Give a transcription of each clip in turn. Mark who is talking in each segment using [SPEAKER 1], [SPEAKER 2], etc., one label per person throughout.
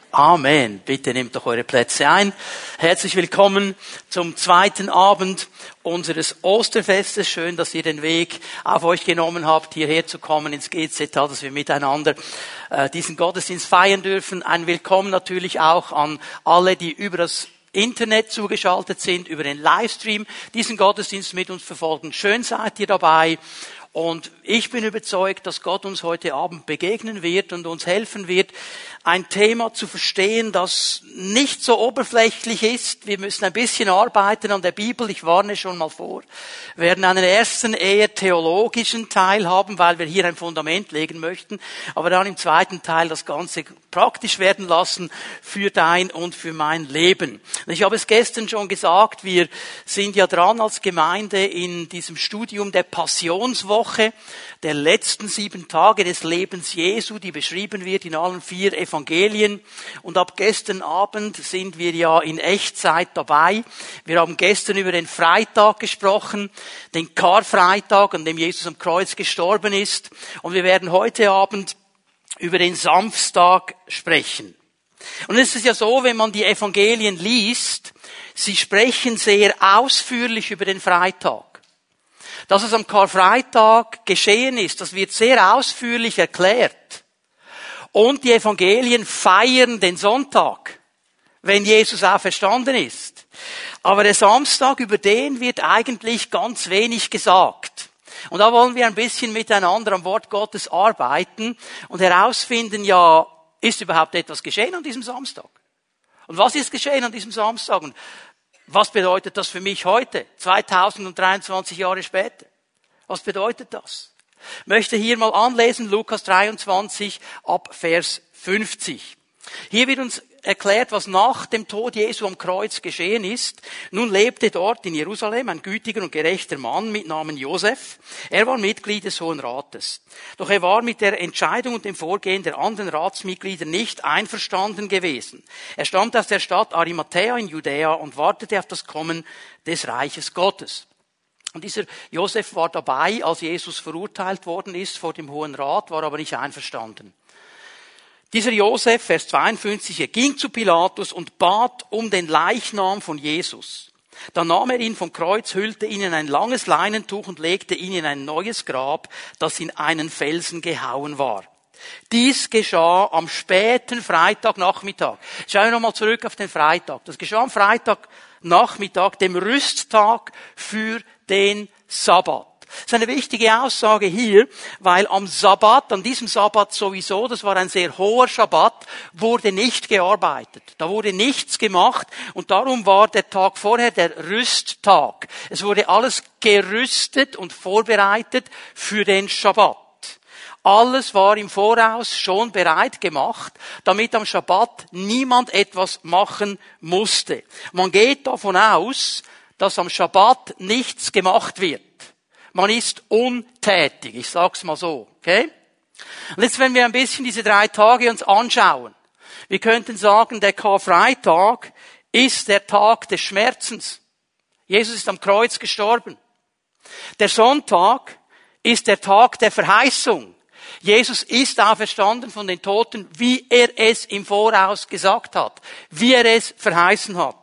[SPEAKER 1] Amen. Bitte nehmt doch eure Plätze ein. Herzlich willkommen zum zweiten Abend unseres Osterfestes. Schön, dass ihr den Weg auf euch genommen habt, hierher zu kommen ins GZ, dass wir miteinander diesen Gottesdienst feiern dürfen. Ein Willkommen natürlich auch an alle, die über das Internet zugeschaltet sind, über den Livestream diesen Gottesdienst mit uns verfolgen. Schön seid ihr dabei. Und ich bin überzeugt, dass Gott uns heute Abend begegnen wird und uns helfen wird, ein Thema zu verstehen, das nicht so oberflächlich ist. Wir müssen ein bisschen arbeiten an der Bibel. Ich warne schon mal vor. Wir werden einen ersten eher theologischen Teil haben, weil wir hier ein Fundament legen möchten. Aber dann im zweiten Teil das Ganze praktisch werden lassen für dein und für mein Leben. Ich habe es gestern schon gesagt, wir sind ja dran als Gemeinde in diesem Studium der Passionswoche, der letzten 7 Tage des Lebens Jesu, die beschrieben wird in allen 4 Evangelien. Und ab gestern Abend sind wir ja in Echtzeit dabei. Wir haben gestern über den Freitag gesprochen, den Karfreitag, an dem Jesus am Kreuz gestorben ist. Und wir werden heute Abend über den Samstag sprechen. Und es ist ja so, wenn man die Evangelien liest, sie sprechen sehr ausführlich über den Freitag. Dass es am Karfreitag geschehen ist, das wird sehr ausführlich erklärt. Und die Evangelien feiern den Sonntag, wenn Jesus auferstanden ist. Aber der Samstag, über den wird eigentlich ganz wenig gesagt. Und da wollen wir ein bisschen miteinander am Wort Gottes arbeiten und herausfinden, ja, ist überhaupt etwas geschehen an diesem Samstag? Und was ist geschehen an diesem Samstag? Und was bedeutet das für mich heute, 2023 Jahre später? Was bedeutet das? Ich möchte hier mal anlesen, Lukas 23 ab Vers 50. Hier wird uns erklärt, was nach dem Tod Jesu am Kreuz geschehen ist. Nun lebte dort in Jerusalem ein gütiger und gerechter Mann mit Namen Josef. Er war Mitglied des Hohen Rates. Doch er war mit der Entscheidung und dem Vorgehen der anderen Ratsmitglieder nicht einverstanden gewesen. Er stammte aus der Stadt Arimathäa in Judäa und wartete auf das Kommen des Reiches Gottes. Und dieser Josef war dabei, als Jesus verurteilt worden ist vor dem Hohen Rat, war aber nicht einverstanden. Dieser Josef, Vers 52, er ging zu Pilatus und bat um den Leichnam von Jesus. Dann nahm er ihn vom Kreuz, hüllte ihn in ein langes Leinentuch und legte ihn in ein neues Grab, das in einen Felsen gehauen war. Dies geschah am späten Freitagnachmittag. Schauen wir nochmal zurück auf den Freitag. Das geschah am Freitagnachmittag, dem Rüsttag für den Sabbat. Das ist eine wichtige Aussage hier, weil am Sabbat, an diesem Sabbat sowieso, das war ein sehr hoher Schabbat, wurde nicht gearbeitet. Da wurde nichts gemacht und darum war der Tag vorher der Rüsttag. Es wurde alles gerüstet und vorbereitet für den Schabbat. Alles war im Voraus schon bereit gemacht, damit am Schabbat niemand etwas machen musste. Man geht davon aus, dass am Schabbat nichts gemacht wird. Man ist untätig, ich sag's mal so, okay? Und jetzt, wenn wir ein bisschen diese 3 Tage uns anschauen, wir könnten sagen, der Karfreitag ist der Tag des Schmerzens. Jesus ist am Kreuz gestorben. Der Sonntag ist der Tag der Verheißung. Jesus ist auferstanden von den Toten, wie er es im Voraus gesagt hat, wie er es verheißen hat.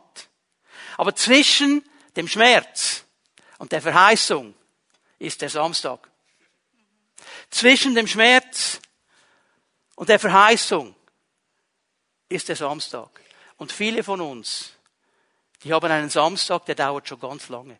[SPEAKER 1] Aber zwischen dem Schmerz und der Verheißung ist der Samstag. Zwischen dem Schmerz und der Verheißung ist der Samstag. Und viele von uns, die haben einen Samstag, der dauert schon ganz lange.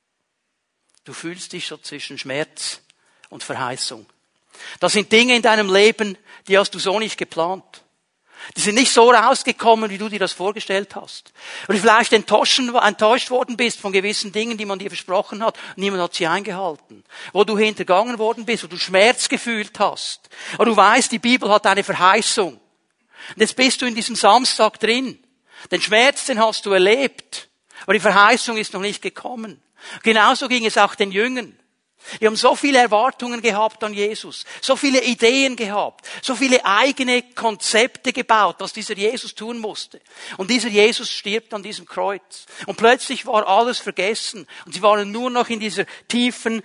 [SPEAKER 1] Du fühlst dich schon zwischen Schmerz und Verheißung. Das sind Dinge in deinem Leben, die hast du so nicht geplant. Die sind nicht so rausgekommen, wie du dir das vorgestellt hast. Oder vielleicht enttäuscht worden bist von gewissen Dingen, die man dir versprochen hat. Niemand hat sie eingehalten. Wo du hintergangen worden bist, wo du Schmerz gefühlt hast. Aber du weißt, die Bibel hat eine Verheißung. Und jetzt bist du in diesem Samstag drin. Den Schmerz, den hast du erlebt. Aber die Verheißung ist noch nicht gekommen. Genauso ging es auch den Jüngern. Die haben so viele Erwartungen gehabt an Jesus, so viele Ideen gehabt, so viele eigene Konzepte gebaut, was dieser Jesus tun musste. Und dieser Jesus stirbt an diesem Kreuz. Und plötzlich war alles vergessen. Und sie waren nur noch in dieser tiefen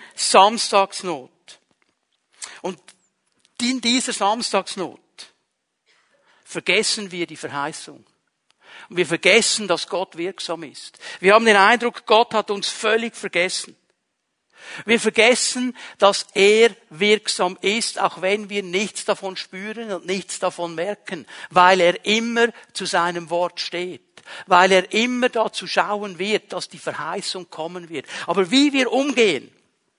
[SPEAKER 1] Samstagsnot. Und in dieser Samstagsnot vergessen wir die Verheißung. Und wir vergessen, dass Gott wirksam ist. Wir haben den Eindruck, Gott hat uns völlig vergessen. Wir vergessen, dass er wirksam ist, auch wenn wir nichts davon spüren und nichts davon merken, weil er immer zu seinem Wort steht, weil er immer dazu schauen wird, dass die Verheißung kommen wird. Aber wie wir umgehen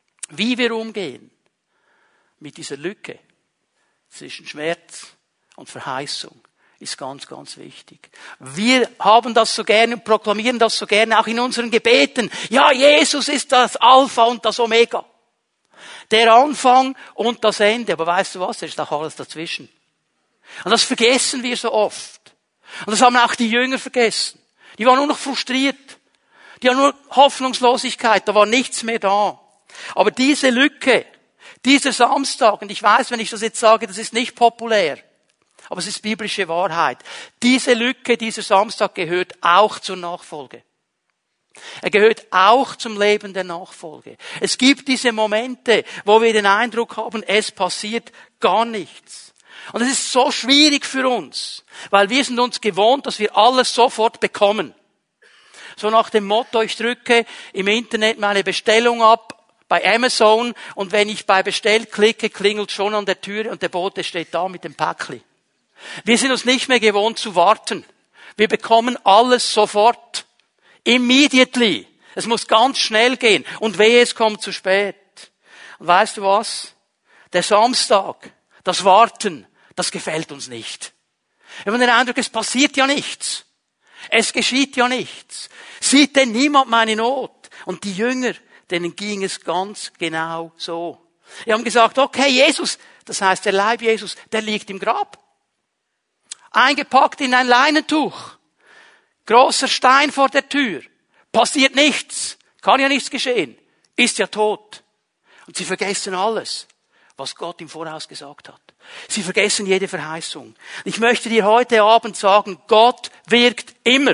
[SPEAKER 1] mit dieser Lücke zwischen Schmerz und Verheißung, ist ganz, ganz wichtig. Wir haben das so gerne und proklamieren das so gerne auch in unseren Gebeten. Ja, Jesus ist das Alpha und das Omega. Der Anfang und das Ende. Aber weißt du was? Er ist auch alles dazwischen. Und das vergessen wir so oft. Und das haben auch die Jünger vergessen. Die waren nur noch frustriert. Die haben nur Hoffnungslosigkeit. Da war nichts mehr da. Aber diese Lücke, dieser Samstag, und ich weiß, wenn ich das jetzt sage, das ist nicht populär. Aber es ist biblische Wahrheit. Diese Lücke, dieser Samstag gehört auch zur Nachfolge. Er gehört auch zum Leben der Nachfolge. Es gibt diese Momente, wo wir den Eindruck haben, es passiert gar nichts. Und es ist so schwierig für uns, weil wir sind uns gewohnt, dass wir alles sofort bekommen. So nach dem Motto, ich drücke im Internet meine Bestellung ab, bei Amazon, und wenn ich bei Bestell klicke, klingelt schon an der Tür und der Bote steht da mit dem Päckli. Wir sind uns nicht mehr gewohnt zu warten. Wir bekommen alles sofort. Immediately. Es muss ganz schnell gehen. Und wehe, es kommt zu spät. Und weißt du was? Der Samstag, das Warten, das gefällt uns nicht. Wir haben den Eindruck, es passiert ja nichts. Es geschieht ja nichts. Sieht denn niemand meine Not? Und die Jünger, denen ging es ganz genau so. Die haben gesagt, okay, Jesus, das heißt der Leib Jesus, der liegt im Grab. Eingepackt in ein Leinentuch. Großer Stein vor der Tür. Passiert nichts. Kann ja nichts geschehen. Ist ja tot. Und sie vergessen alles, was Gott im Voraus gesagt hat. Sie vergessen jede Verheißung. Ich möchte dir heute Abend sagen, Gott wirkt immer.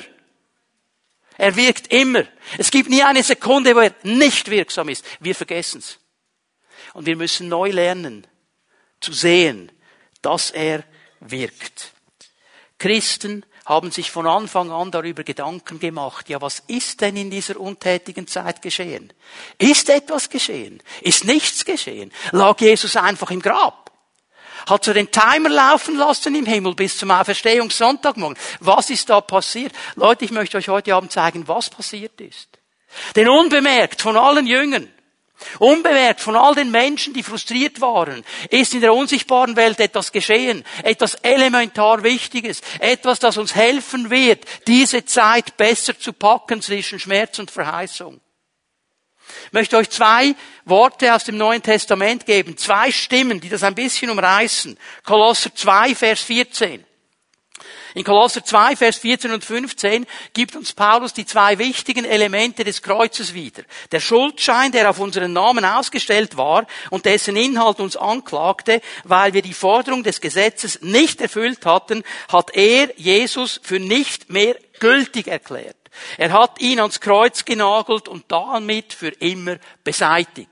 [SPEAKER 1] Er wirkt immer. Es gibt nie eine Sekunde, wo er nicht wirksam ist. Wir vergessen es. Und wir müssen neu lernen, zu sehen, dass er wirkt. Christen haben sich von Anfang an darüber Gedanken gemacht, ja, was ist denn in dieser untätigen Zeit geschehen? Ist etwas geschehen? Ist nichts geschehen? Lag Jesus einfach im Grab? Hat so den Timer laufen lassen im Himmel bis zum Auferstehungssonntagmorgen? Was ist da passiert? Leute, ich möchte euch heute Abend zeigen, was passiert ist. Denn unbemerkt von allen Jüngern, unbemerkt von all den Menschen, die frustriert waren, ist in der unsichtbaren Welt etwas geschehen, etwas elementar Wichtiges, etwas, das uns helfen wird, diese Zeit besser zu packen zwischen Schmerz und Verheißung. Ich möchte euch 2 Worte aus dem Neuen Testament geben, 2 Stimmen, die das ein bisschen umreißen. Kolosser 2, Vers 14. In Kolosser 2, Vers 14 und 15 gibt uns Paulus die 2 wichtigen Elemente des Kreuzes wieder. Der Schuldschein, der auf unseren Namen ausgestellt war und dessen Inhalt uns anklagte, weil wir die Forderung des Gesetzes nicht erfüllt hatten, hat er, Jesus, für nicht mehr gültig erklärt. Er hat ihn ans Kreuz genagelt und damit für immer beseitigt.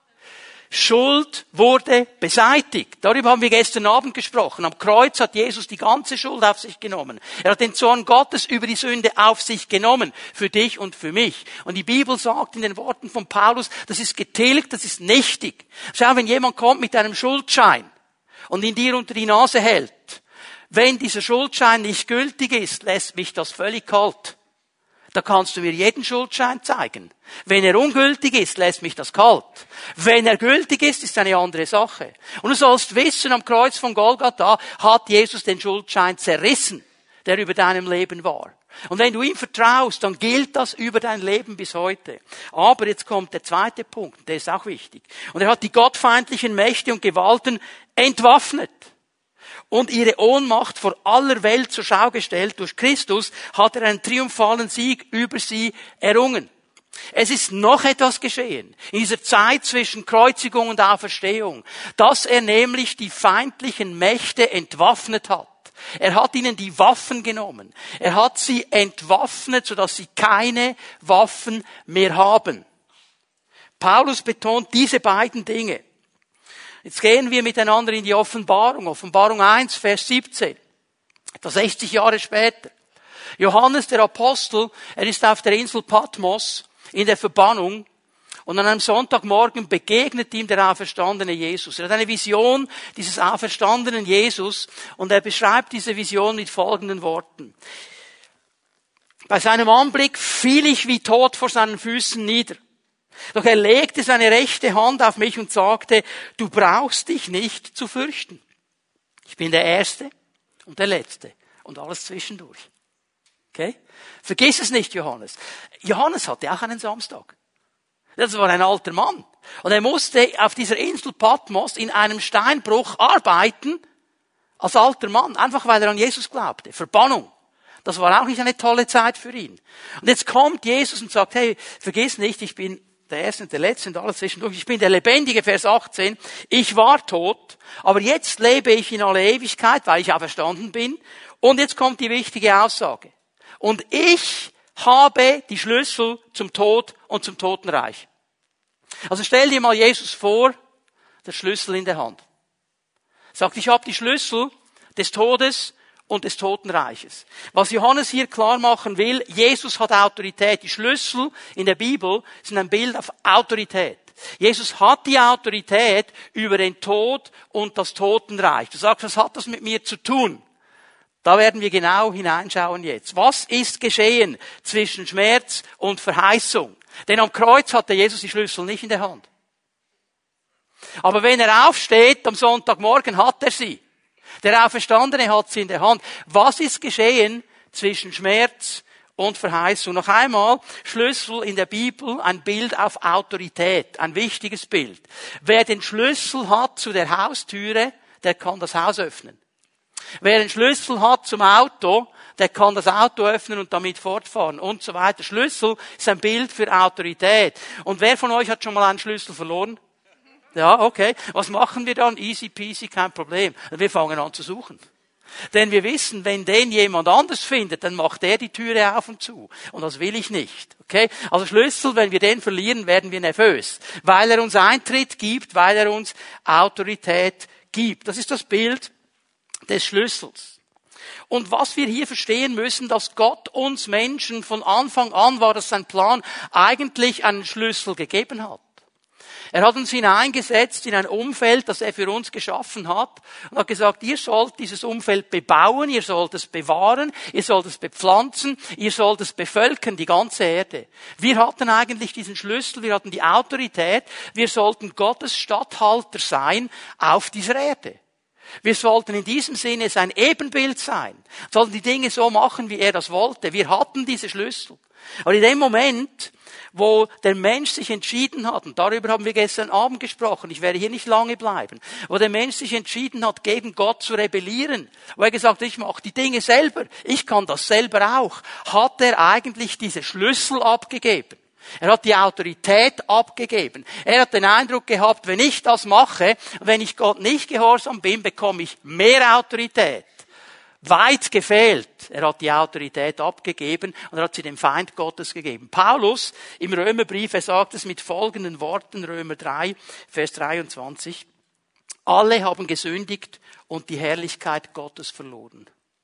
[SPEAKER 1] Schuld wurde beseitigt. Darüber haben wir gestern Abend gesprochen. Am Kreuz hat Jesus die ganze Schuld auf sich genommen. Er hat den Zorn Gottes über die Sünde auf sich genommen. Für dich und für mich. Und die Bibel sagt in den Worten von Paulus, das ist getilgt, das ist nichtig. Schau, wenn jemand kommt mit einem Schuldschein und ihn dir unter die Nase hält, wenn dieser Schuldschein nicht gültig ist, lässt mich das völlig kalt. Da kannst du mir jeden Schuldschein zeigen. Wenn er ungültig ist, lässt mich das kalt. Wenn er gültig ist, ist eine andere Sache. Und du sollst wissen, am Kreuz von Golgatha hat Jesus den Schuldschein zerrissen, der über deinem Leben war. Und wenn du ihm vertraust, dann gilt das über dein Leben bis heute. Aber jetzt kommt der zweite Punkt, der ist auch wichtig. Und er hat die gottfeindlichen Mächte und Gewalten entwaffnet. Und ihre Ohnmacht vor aller Welt zur Schau gestellt. Durch Christus hat er einen triumphalen Sieg über sie errungen. Es ist noch etwas geschehen in dieser Zeit zwischen Kreuzigung und Auferstehung, dass er nämlich die feindlichen Mächte entwaffnet hat. Er hat ihnen die Waffen genommen. Er hat sie entwaffnet, sodass sie keine Waffen mehr haben. Paulus betont diese beiden Dinge. Jetzt gehen wir miteinander in die Offenbarung. Offenbarung 1, Vers 17. Etwa 60 Jahre später. Johannes, der Apostel, er ist auf der Insel Patmos in der Verbannung und an einem Sonntagmorgen begegnet ihm der auferstandene Jesus. Er hat eine Vision dieses auferstandenen Jesus und er beschreibt diese Vision mit folgenden Worten. Bei seinem Anblick fiel ich wie tot vor seinen Füßen nieder. Doch er legte seine rechte Hand auf mich und sagte, du brauchst dich nicht zu fürchten. Ich bin der Erste und der Letzte und alles zwischendurch. Okay? Vergiss es nicht, Johannes. Johannes hatte auch einen Samstag. Das war ein alter Mann. Und er musste auf dieser Insel Patmos in einem Steinbruch arbeiten als alter Mann, einfach weil er an Jesus glaubte. Verbannung. Das war auch nicht eine tolle Zeit für ihn. Und jetzt kommt Jesus und sagt, hey, vergiss nicht, ich bin der Erste und der Letzte und alles zwischendurch. Ich bin der Lebendige, Vers 18. Ich war tot, aber jetzt lebe ich in aller Ewigkeit, weil ich auferstanden bin. Und jetzt kommt die wichtige Aussage. Und ich habe die Schlüssel zum Tod und zum Totenreich. Also stell dir mal Jesus vor, der Schlüssel in der Hand. Sagt, ich habe die Schlüssel des Todes und des Totenreiches. Was Johannes hier klar machen will, Jesus hat Autorität. Die Schlüssel in der Bibel sind ein Bild auf Autorität. Jesus hat die Autorität über den Tod und das Totenreich. Du sagst, was hat das mit mir zu tun? Da werden wir genau hineinschauen jetzt. Was ist geschehen zwischen Schmerz und Verheißung? Denn am Kreuz hatte Jesus die Schlüssel nicht in der Hand. Aber wenn er aufsteht am Sonntagmorgen, hat er sie. Der Auferstandene hat sie in der Hand. Was ist geschehen zwischen Schmerz und Verheißung? Noch einmal, Schlüssel in der Bibel, ein Bild auf Autorität, ein wichtiges Bild. Wer den Schlüssel hat zu der Haustüre, der kann das Haus öffnen. Wer den Schlüssel hat zum Auto, der kann das Auto öffnen und damit fortfahren und so weiter. Schlüssel ist ein Bild für Autorität. Und wer von euch hat schon mal einen Schlüssel verloren? Ja, okay. Was machen wir dann? Easy peasy, kein Problem. Wir fangen an zu suchen. Denn wir wissen, wenn den jemand anders findet, dann macht der die Türe auf und zu. Und das will ich nicht. Okay? Also Schlüssel, wenn wir den verlieren, werden wir nervös. Weil er uns Eintritt gibt, weil er uns Autorität gibt. Das ist das Bild des Schlüssels. Und was wir hier verstehen müssen, dass Gott uns Menschen von Anfang an, war das sein Plan, eigentlich einen Schlüssel gegeben hat. Er hat uns hineingesetzt in ein Umfeld, das er für uns geschaffen hat und hat gesagt, ihr sollt dieses Umfeld bebauen, ihr sollt es bewahren, ihr sollt es bepflanzen, ihr sollt es bevölkern, die ganze Erde. Wir hatten eigentlich diesen Schlüssel, wir hatten die Autorität, wir sollten Gottes Statthalter sein auf dieser Erde. Wir sollten in diesem Sinne sein Ebenbild sein, sollten die Dinge so machen, wie er das wollte. Wir hatten diese Schlüssel. Aber in dem Moment, wo der Mensch sich entschieden hat, und darüber haben wir gestern Abend gesprochen, ich werde hier nicht lange bleiben, wo der Mensch sich entschieden hat, gegen Gott zu rebellieren, wo er gesagt hat, ich mache die Dinge selber, ich kann das selber auch, hat er eigentlich diese Schlüssel abgegeben. Er hat die Autorität abgegeben. Er hat den Eindruck gehabt, wenn ich das mache, wenn ich Gott nicht gehorsam bin, bekomme ich mehr Autorität. Weit gefehlt. Er hat die Autorität abgegeben und er hat sie dem Feind Gottes gegeben. Paulus im Römerbrief, er sagt es mit folgenden Worten, Römer 3, Vers 23. Alle haben gesündigt und die Herrlichkeit Gottes verloren.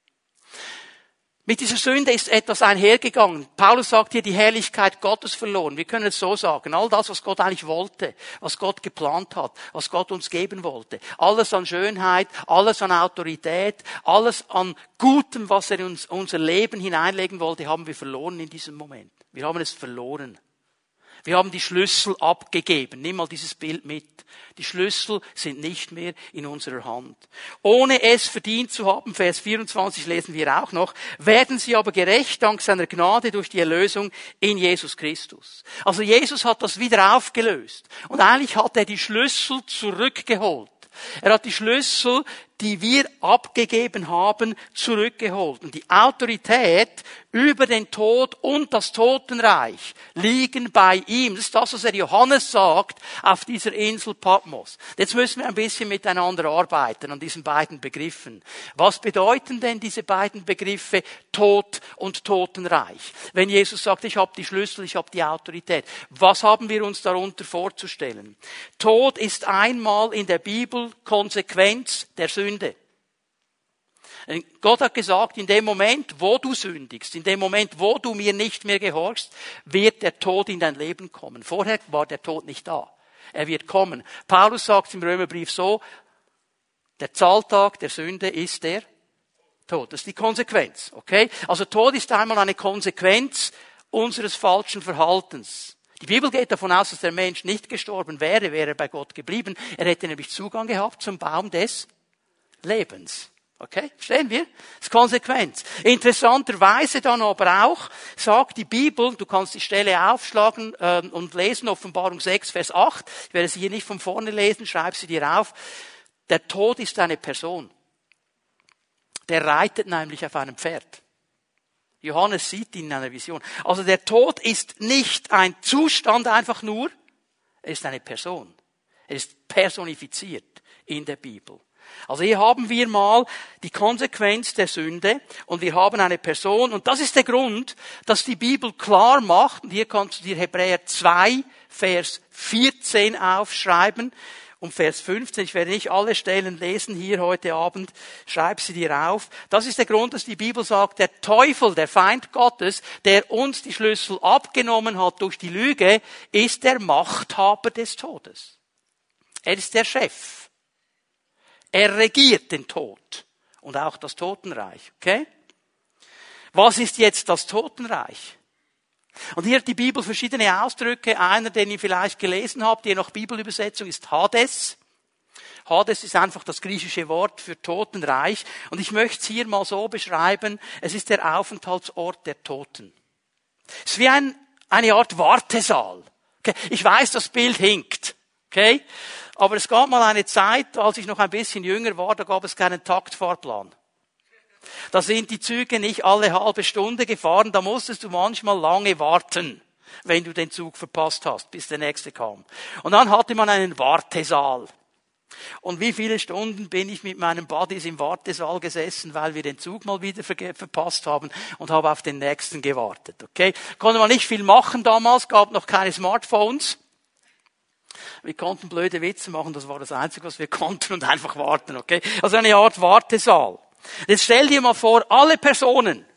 [SPEAKER 1] Mit dieser Sünde ist etwas einhergegangen. Paulus sagt hier, die Herrlichkeit Gottes verloren. Wir können es so sagen. All das, was Gott eigentlich wollte, was Gott geplant hat, was Gott uns geben wollte. Alles an Schönheit, alles an Autorität, alles an Gutem, was er in unser Leben hineinlegen wollte, haben wir verloren in diesem Moment. Wir haben es verloren. Wir haben die Schlüssel abgegeben. Nimm mal dieses Bild mit. Die Schlüssel sind nicht mehr in unserer Hand. Ohne es verdient zu haben, Vers 24 lesen wir auch noch, werden sie aber gerecht dank seiner Gnade durch die Erlösung in Jesus Christus. Also Jesus hat das wieder aufgelöst. Und eigentlich hat er die Schlüssel zurückgeholt. Er hat die Schlüssel, die wir abgegeben haben, zurückgeholt. Und die Autorität über den Tod und das Totenreich liegen bei ihm. Das ist das, was er Johannes sagt auf dieser Insel Patmos. Jetzt müssen wir ein bisschen miteinander arbeiten an diesen beiden Begriffen. Was bedeuten denn diese beiden Begriffe Tod und Totenreich? Wenn Jesus sagt, ich habe die Schlüssel, ich habe die Autorität. Was haben wir uns darunter vorzustellen? Tod ist einmal in der Bibel Konsequenz der Sünde. Gott hat gesagt, in dem Moment, wo du sündigst, in dem Moment, wo du mir nicht mehr gehorchst, wird der Tod in dein Leben kommen. Vorher war der Tod nicht da. Er wird kommen. Paulus sagt im Römerbrief so, der Zahltag der Sünde ist der Tod. Das ist die Konsequenz, okay? Also Tod ist einmal eine Konsequenz unseres falschen Verhaltens. Die Bibel geht davon aus, dass der Mensch nicht gestorben wäre, wäre er bei Gott geblieben. Er hätte nämlich Zugang gehabt zum Baum des Lebens. Okay? Verstehen wir? Das ist Konsequenz. Interessanterweise dann aber auch sagt die Bibel, du kannst die Stelle aufschlagen und lesen, Offenbarung 6, Vers 8. Ich werde sie hier nicht von vorne lesen, schreib sie dir auf. Der Tod ist eine Person. Der reitet nämlich auf einem Pferd. Johannes sieht ihn in einer Vision. Also der Tod ist nicht ein Zustand einfach nur, er ist eine Person. Er ist personifiziert in der Bibel. Also hier haben wir mal die Konsequenz der Sünde und wir haben eine Person und das ist der Grund, dass die Bibel klar macht, und hier kannst du dir Hebräer 2, Vers 14 aufschreiben und Vers 15, ich werde nicht alle Stellen lesen hier heute Abend, schreib sie dir auf. Das ist der Grund, dass die Bibel sagt, der Teufel, der Feind Gottes, der uns die Schlüssel abgenommen hat durch die Lüge, ist der Machthaber des Todes. Er ist der Chef. Er regiert den Tod und auch das Totenreich, okay? Was ist jetzt das Totenreich? Und hier hat die Bibel verschiedene Ausdrücke. Einer, den ihr vielleicht gelesen habt, je nach Bibelübersetzung, ist Hades. Hades ist einfach das griechische Wort für Totenreich. Und ich möchte es hier mal so beschreiben, es ist der Aufenthaltsort der Toten. Es ist wie eine Art Wartesaal. Okay? Ich weiß, das Bild hinkt. Okay? Aber es gab mal eine Zeit, als ich noch ein bisschen jünger war, da gab es keinen Taktfahrplan. Da sind die Züge nicht alle halbe Stunde gefahren, da musstest du manchmal lange warten, wenn du den Zug verpasst hast, bis der nächste kam. Und dann hatte man einen Wartesaal. Und wie viele Stunden bin ich mit meinen Buddies im Wartesaal gesessen, weil wir den Zug mal wieder verpasst haben und habe auf den nächsten gewartet. Okay? Konnte man nicht viel machen damals, gab noch keine Smartphones. Wir konnten blöde Witze machen, das war das Einzige, was wir konnten und einfach warten, okay? Also eine Art Wartesaal. Jetzt stell dir mal vor, alle Personen,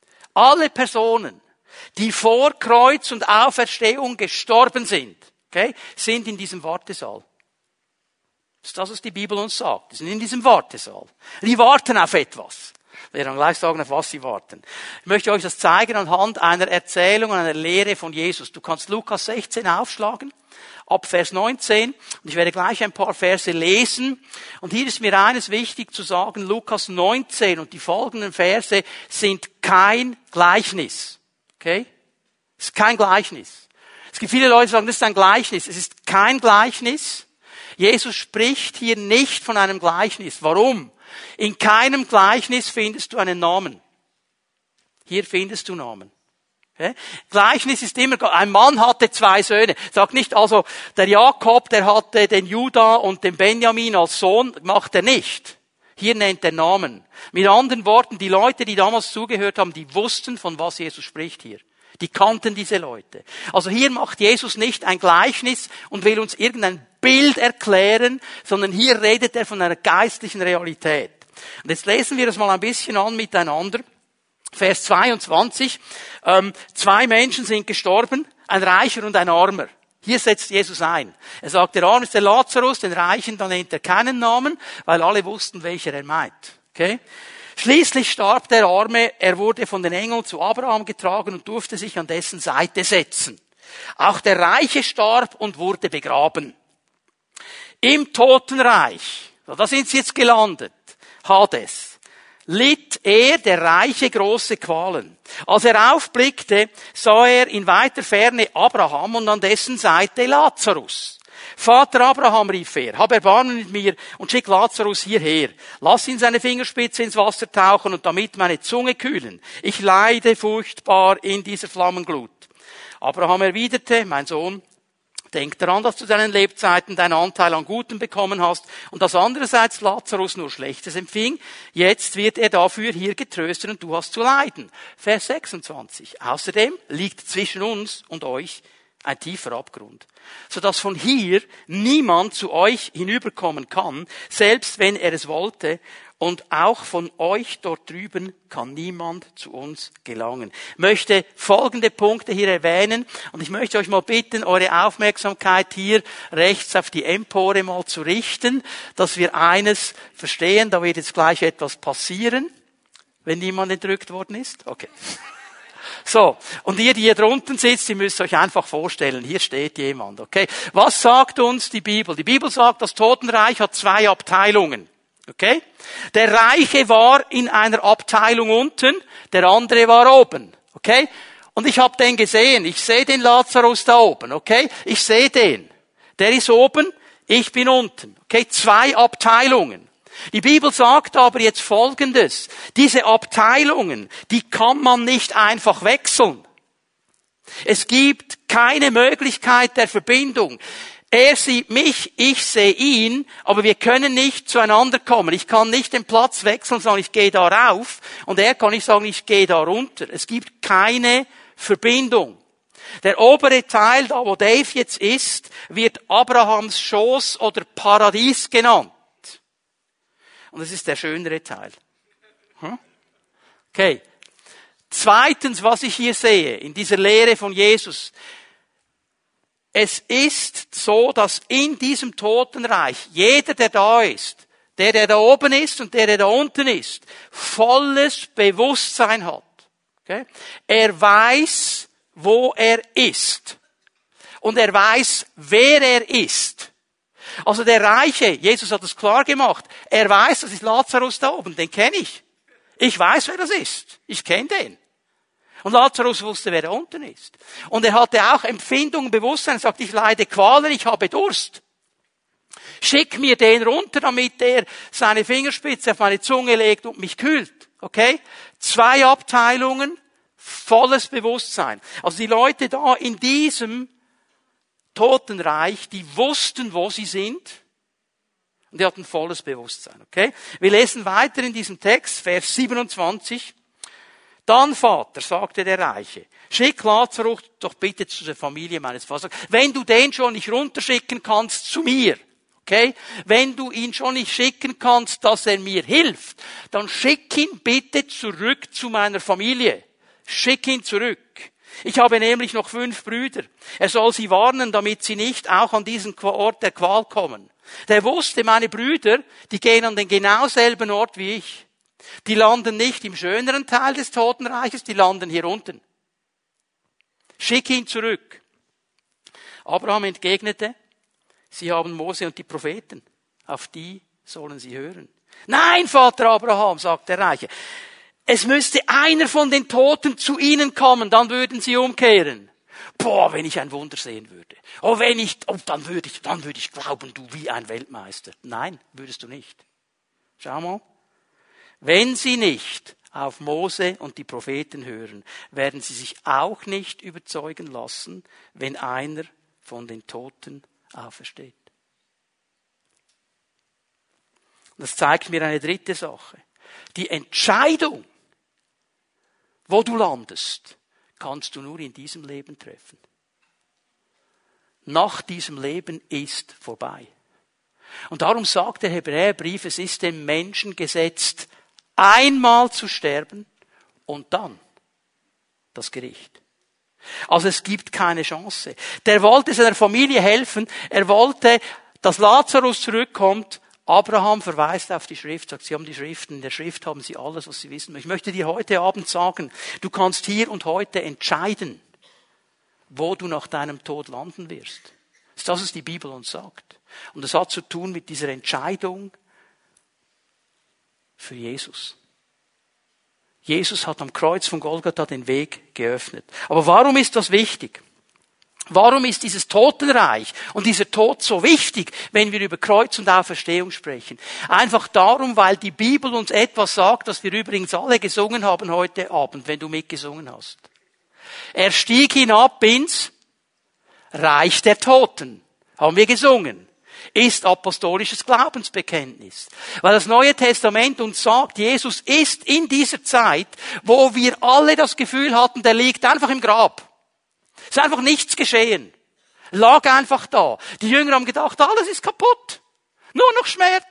[SPEAKER 1] die vor Kreuz und Auferstehung gestorben sind, okay, sind in diesem Wartesaal. Das ist das, was die Bibel uns sagt. Die sind in diesem Wartesaal. Die warten auf etwas. Ich werde dann gleich sagen, auf was sie warten. Ich möchte euch das zeigen anhand einer Erzählung, einer Lehre von Jesus. Du kannst Lukas 16 aufschlagen, ab Vers 19. Und ich werde gleich ein paar Verse lesen. Und hier ist mir eines wichtig zu sagen, Lukas 19 und die folgenden Verse sind kein Gleichnis. Okay? Es ist kein Gleichnis. Es gibt viele Leute, die sagen, das ist ein Gleichnis. Es ist kein Gleichnis. Jesus spricht hier nicht von einem Gleichnis. Warum? In keinem Gleichnis findest du einen Namen. Hier findest du Namen. Okay? Gleichnis ist immer, ein Mann hatte 2 Söhne. Sagt nicht, also der Jakob, der hatte den Judah und den Benjamin als Sohn, macht er nicht. Hier nennt er Namen. Mit anderen Worten, die Leute, die damals zugehört haben, die wussten, von was Jesus spricht hier. Die kannten diese Leute. Also hier macht Jesus nicht ein Gleichnis und will uns irgendein Bild erklären, sondern hier redet er von einer geistlichen Realität. Und jetzt lesen wir das mal ein bisschen an miteinander. Vers 22. 2 Menschen sind gestorben, ein Reicher und ein Armer. Hier setzt Jesus ein. Er sagt, der Arme ist der Lazarus, den Reichen, dann nennt er keinen Namen, weil alle wussten, welcher er meint. Okay? Schließlich starb der Arme, er wurde von den Engeln zu Abraham getragen und durfte sich an dessen Seite setzen. Auch der Reiche starb und wurde begraben. Im Totenreich, da sind sie jetzt gelandet, Hades, litt er, der Reiche, große Qualen. Als er aufblickte, sah er in weiter Ferne Abraham und an dessen Seite Lazarus. Vater Abraham, rief er, hab Erbarmen mit mir und schick Lazarus hierher. Lass ihn seine Fingerspitze ins Wasser tauchen und damit meine Zunge kühlen. Ich leide furchtbar in dieser Flammenglut. Abraham erwiderte, mein Sohn, denk daran, dass du deinen Lebzeiten deinen Anteil an Gutem bekommen hast und dass andererseits Lazarus nur Schlechtes empfing. Jetzt wird er dafür hier getröstet und du hast zu leiden. Vers 26. Außerdem liegt zwischen uns und euch ein tiefer Abgrund, sodass von hier niemand zu euch hinüberkommen kann, selbst wenn er es wollte. und auch von euch dort drüben kann niemand zu uns gelangen. Ich möchte folgende Punkte hier erwähnen und ich möchte euch mal bitten, eure Aufmerksamkeit hier rechts auf die Empore mal zu richten, dass wir eines verstehen. Da wird jetzt gleich etwas passieren, wenn niemand entrückt worden ist. Okay. So, und ihr, die hier drunten sitzt, ihr müsst euch einfach vorstellen, hier steht jemand, okay? Was sagt uns die Bibel? Die Bibel sagt, das Totenreich hat 2 Abteilungen, okay? Der Reiche war in einer Abteilung unten, der andere war oben, okay? Und ich habe den gesehen, ich sehe den Lazarus da oben, okay? Ich sehe den. Der ist oben, ich bin unten, okay? 2 Abteilungen. Die Bibel sagt aber jetzt Folgendes. Diese Abteilungen, die kann man nicht einfach wechseln. Es gibt keine Möglichkeit der Verbindung. Er sieht mich, ich sehe ihn, aber wir können nicht zueinander kommen. Ich kann nicht den Platz wechseln und sagen, ich gehe da rauf, und er kann nicht sagen, ich gehe da runter. Es gibt keine Verbindung. Der obere Teil, da wo Dave jetzt ist, wird Abrahams Schoß oder Paradies genannt. Und das ist der schönere Teil. Okay. Zweitens, was ich hier sehe, in dieser Lehre von Jesus. Es ist so, dass in diesem Totenreich jeder, der da ist, der da oben ist und der da unten ist, volles Bewusstsein hat. Okay? Er weiß, wo er ist. Und er weiß, wer er ist. Also der Reiche, Jesus hat es klar gemacht, er weiß, das ist Lazarus da oben, den kenne ich. Ich weiß, wer das ist. Ich kenne den. Und Lazarus wusste, wer da unten ist. Und er hatte auch Empfindungen, Bewusstsein. Er sagt, ich leide Qualen, ich habe Durst. Schick mir den runter, damit er seine Fingerspitze auf meine Zunge legt und mich kühlt. Okay? 2 Abteilungen, volles Bewusstsein. Also die Leute da in diesem Totenreich, die wussten, wo sie sind, und die hatten volles Bewusstsein, okay? Wir lesen weiter in diesem Text, Vers 27. Dann, Vater, sagte der Reiche, schick Lazarus doch bitte zu der Familie meines Vaters. Wenn du den schon nicht runterschicken kannst zu mir, okay? Wenn du ihn schon nicht schicken kannst, dass er mir hilft, dann schick ihn bitte zurück zu meiner Familie. Schick ihn zurück. Ich habe nämlich noch 5 Brüder. Er soll sie warnen, damit sie nicht auch an diesen Ort der Qual kommen. Der wusste, meine Brüder, die gehen an den genau selben Ort wie ich. Die landen nicht im schöneren Teil des Totenreiches, die landen hier unten. Schick ihn zurück. Abraham entgegnete, sie haben Mose und die Propheten. Auf die sollen sie hören. Nein, Vater Abraham, sagt der Reiche. Es müsste einer von den Toten zu ihnen kommen, dann würden sie umkehren. Boah, wenn ich ein Wunder sehen würde. Dann würde ich glauben, du wie ein Weltmeister. Nein, würdest du nicht. Schau mal. Wenn sie nicht auf Mose und die Propheten hören, werden sie sich auch nicht überzeugen lassen, wenn einer von den Toten aufersteht. Das zeigt mir eine dritte Sache. Die Entscheidung, wo du landest, kannst du nur in diesem Leben treffen. Nach diesem Leben ist vorbei. Und darum sagt der Hebräerbrief, es ist dem Menschen gesetzt, einmal zu sterben und dann das Gericht. Also es gibt keine Chance. Der wollte seiner Familie helfen, er wollte, dass Lazarus zurückkommt. Abraham verweist auf die Schrift, sagt, sie haben die Schriften, in der Schrift haben sie alles, was sie wissen. Ich möchte dir heute Abend sagen, du kannst hier und heute entscheiden, wo du nach deinem Tod landen wirst. Das ist das, was die Bibel uns sagt. Und das hat zu tun mit dieser Entscheidung für Jesus. Jesus hat am Kreuz von Golgatha den Weg geöffnet. Aber warum ist das wichtig? Warum ist dieses Totenreich und dieser Tod so wichtig, wenn wir über Kreuz und Auferstehung sprechen? Einfach darum, weil die Bibel uns etwas sagt, das wir übrigens alle gesungen haben heute Abend, wenn du mitgesungen hast. Er stieg hinab ins Reich der Toten. Haben wir gesungen. Ist apostolisches Glaubensbekenntnis. Weil das Neue Testament uns sagt, Jesus ist in dieser Zeit, wo wir alle das Gefühl hatten, der liegt einfach im Grab. Es ist einfach nichts geschehen. Lag einfach da. Die Jünger haben gedacht, alles ist kaputt. Nur noch Schmerz.